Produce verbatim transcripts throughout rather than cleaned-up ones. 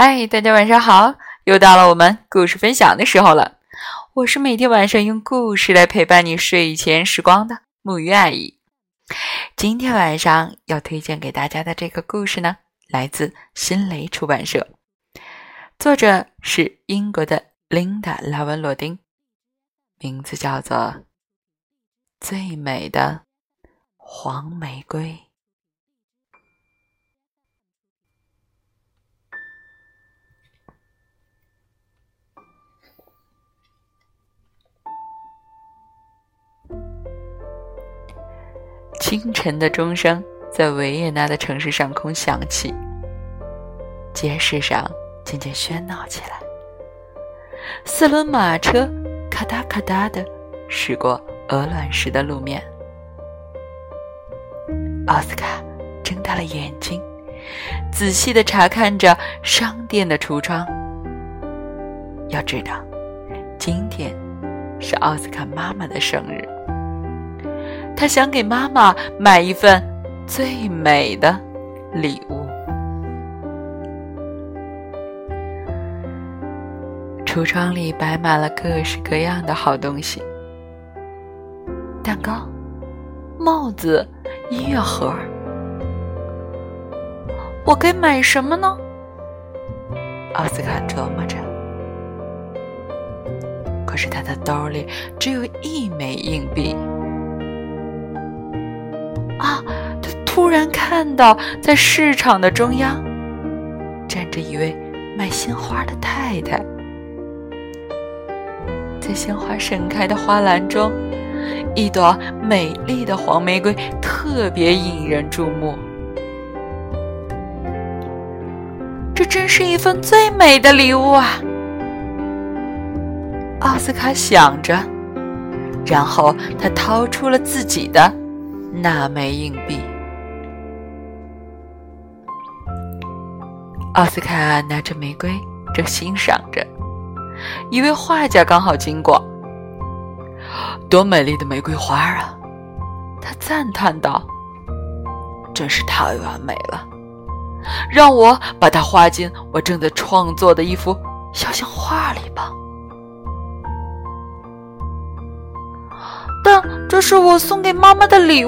嗨，大家晚上好，又到了我们故事分享的时候了。我是每天晚上用故事来陪伴你睡前时光的木鱼阿姨。今天晚上要推荐给大家的这个故事呢，来自新蕾出版社，作者是英国的琳达·拉文罗丁，名字叫做《最美的黄玫瑰》。清晨的钟声在维也纳的城市上空响起，街市上渐渐喧闹起来，四轮马车咔嗒咔嗒地驶过鹅卵石的路面。奥斯卡睁大了眼睛，仔细地查看着商店的橱窗。要知道，今天是奥斯卡妈妈的生日，他想给妈妈买一份最美的礼物。橱窗里摆满了各式各样的好东西，蛋糕、帽子、音乐盒。我该买什么呢？奥斯卡琢磨着。可是他的兜里只有一枚硬币。啊！他突然看到，在市场的中央站着一位卖鲜花的太太。在鲜花盛开的花篮中，一朵美丽的黄玫瑰特别引人注目。这真是一份最美的礼物啊！奥斯卡想着，然后他掏出了自己的那枚硬币。奥斯卡拿着玫瑰正欣赏着，一位画家刚好经过。多美丽的玫瑰花啊！他赞叹道，真是太完美了，让我把它画进我正在创作的一幅肖像画里吧。但这是我送给妈妈的礼物，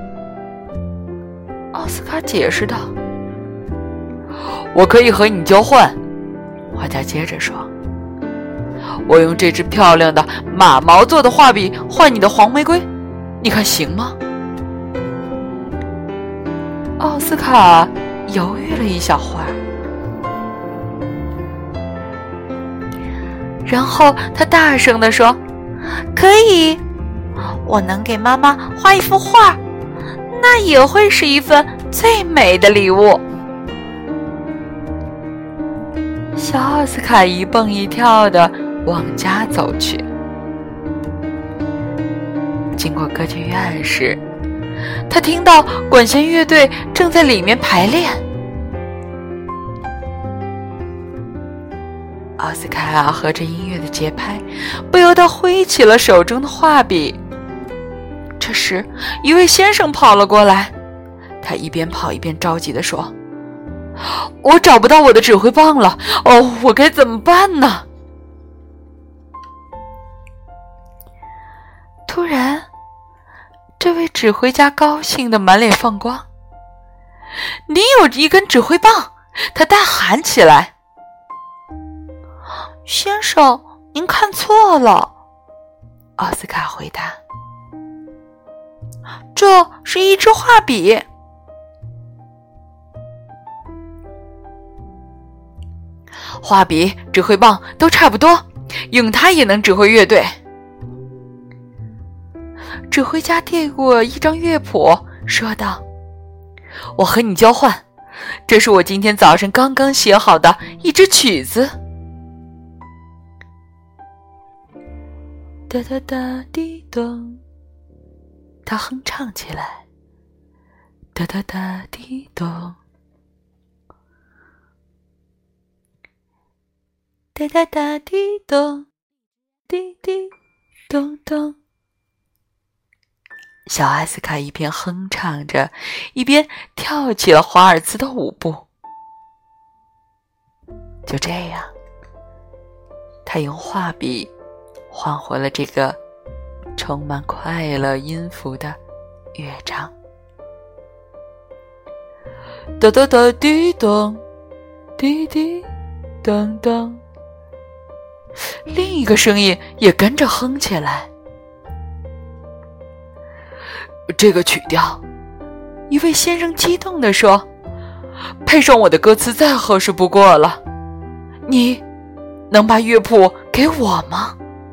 奥斯卡解释道。我可以和你交换，画家接着说。我用这支漂亮的马毛做的画笔换你的黄玫瑰，你看行吗？奥斯卡犹豫了一小会儿，然后他大声地说，可以，我能给妈妈画一幅画，那也会是一份最美的礼物。小奥斯卡一蹦一跳地往家走去。经过歌剧院时，他听到管弦乐队正在里面排练。奥斯卡合着音乐的节拍，不由得挥起了手中的画笔。这时，一位先生跑了过来，他一边跑一边着急地说，我找不到我的指挥棒了，哦，我该怎么办呢？突然，这位指挥家高兴得满脸放光。你有一根指挥棒！他大喊起来。先生，您看错了，奥斯卡回答。这是一支画笔。画笔、指挥棒都差不多，用它也能指挥乐队。指挥家递过一张乐谱，说道，我和你交换，这是我今天早上刚刚写好的一支曲子。哒哒哒滴咚，他哼唱起来，哒哒哒滴咚，哒哒哒滴咚，滴滴咚咚。小艾斯卡一边哼唱着，一边跳起了华尔兹的舞步。 就这样，他用画笔换回了这个充满快乐音符的乐章。哒哒哒滴咚，滴滴咚咚，另一个声音也跟着哼起来。这个曲调，一位先生激动地说，配上我的歌词再合适不过了。你能把乐谱给我吗？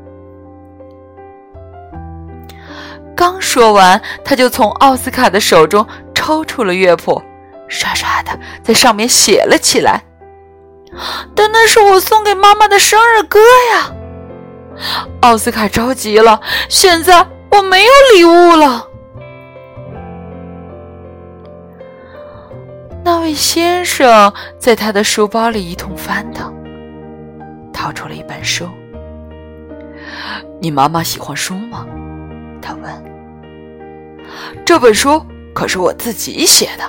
刚说完，他就从奥斯卡的手中抽出了乐谱，刷刷的在上面写了起来。但那是我送给妈妈的生日歌呀！奥斯卡着急了，现在我没有礼物了。那位先生在他的书包里一通翻腾，掏出了一本书。你妈妈喜欢书吗？他问。这本书可是我自己写的。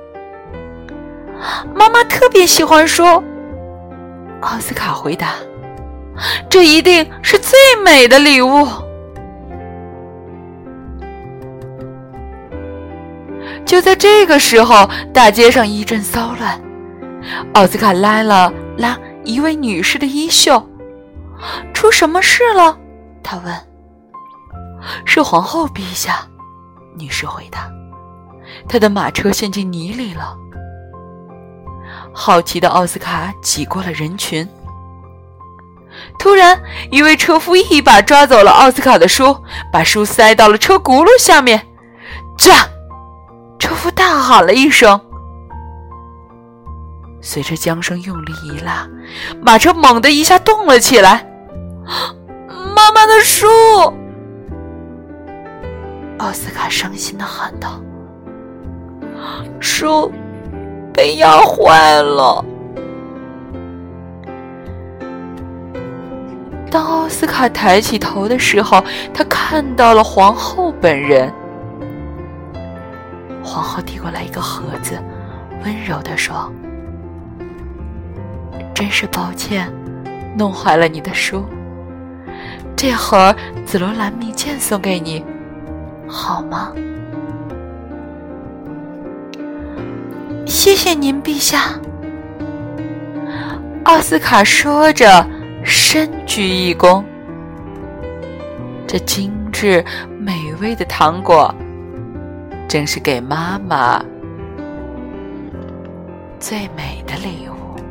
妈妈特别喜欢书，奥斯卡回答。这一定是最美的礼物。就在这个时候，大街上一阵骚乱。奥斯卡拉了拉一位女士的衣袖。出什么事了？他问。是皇后陛下，女士回答。她的马车陷进泥里了。好奇的奥斯卡挤过了人群。突然，一位车夫一把抓走了奥斯卡的书，把书塞到了车轱辘下面。站！车夫大喊了一声。随着缰绳用力一拉，马车猛地一下动了起来。妈妈的书！奥斯卡伤心地喊道。书被压坏了。当奥斯卡抬起头的时候，他看到了皇后本人。皇后递过来一个盒子，温柔地说：真是抱歉，弄坏了你的书。这盒紫罗兰蜜饯送给你，好吗？谢谢您，陛下。奥斯卡说着，深鞠一躬。这精致美味的糖果，正是给妈妈最美的礼物。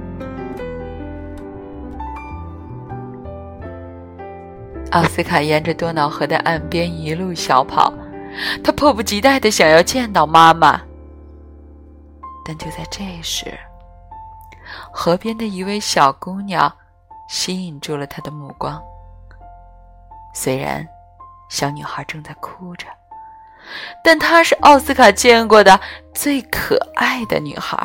奥斯卡沿着多瑙河的岸边一路小跑，他迫不及待地想要见到妈妈。但就在这时，河边的一位小姑娘吸引住了他的目光。虽然小女孩正在哭着，但她是奥斯卡见过的最可爱的女孩。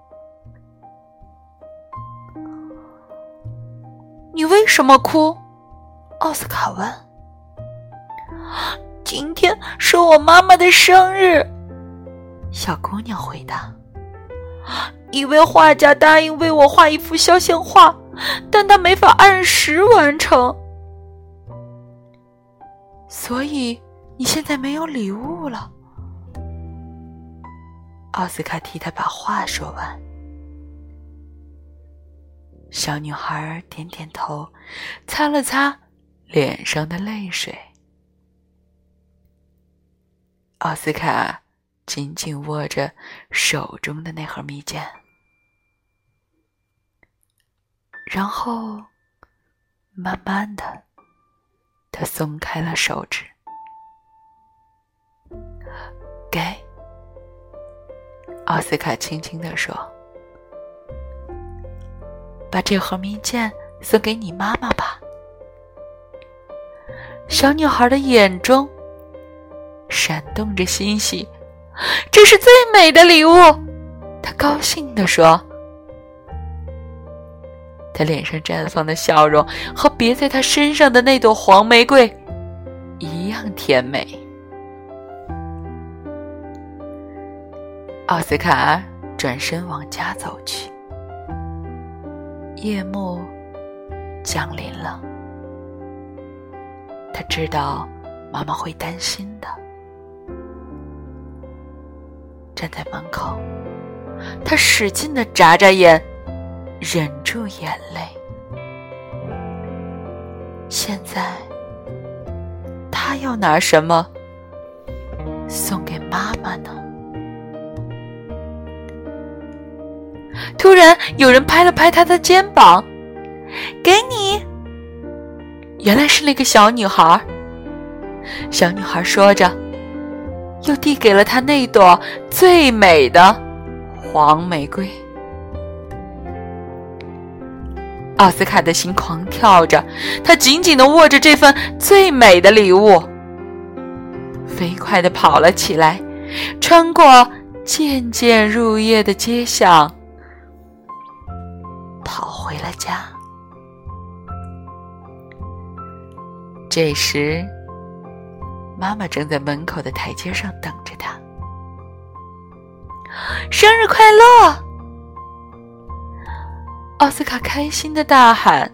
你为什么哭？奥斯卡问。今天是我妈妈的生日，小姑娘回答。一位画家答应为我画一幅肖像画，但他没法按时完成，所以你现在没有礼物了。奥斯卡替他把话说完。小女孩点点头，擦了擦脸上的泪水。奥斯卡紧紧握着手中的那盒蜜饯，然后慢慢的他松开了手指。给，奥斯卡轻轻地说，把这盒蜜饯送给你妈妈吧。小女孩的眼中闪动着欣喜，这是最美的礼物，她高兴地说。她脸上绽放的笑容和别在她身上的那朵黄玫瑰一样甜美。奥斯卡转身往家走去。 夜幕降临了，他知道妈妈会担心的。站在门口，他使劲地眨眨眼，忍住眼泪。现在他要拿什么送给妈妈呢？突然有人拍了拍他的肩膀，给你。原来是那个小女孩。小女孩说着，又递给了他那朵最美的黄玫瑰。奥斯卡的心狂跳着，他紧紧地握着这份最美的礼物，飞快地跑了起来，穿过渐渐入夜的街巷，跑回了家。这时，妈妈正在门口的台阶上等着他。生日快乐！奥斯卡开心地大喊。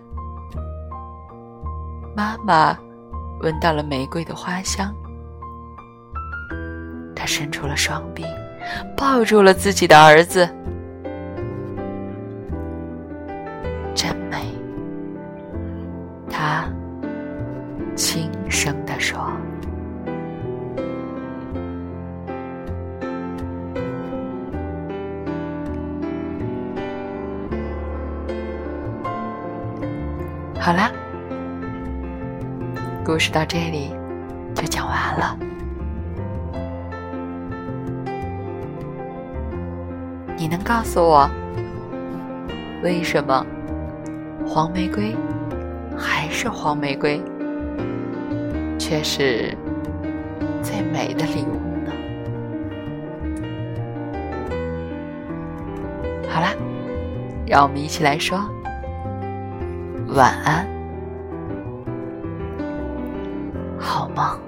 妈妈闻到了玫瑰的花香，她伸出了双臂，抱住了自己的儿子。真美，她轻声地说。好啦，故事到这里就讲完了。你能告诉我，为什么黄玫瑰还是黄玫瑰，却是最美的礼物呢？好啦，让我们一起来说晚安，好梦。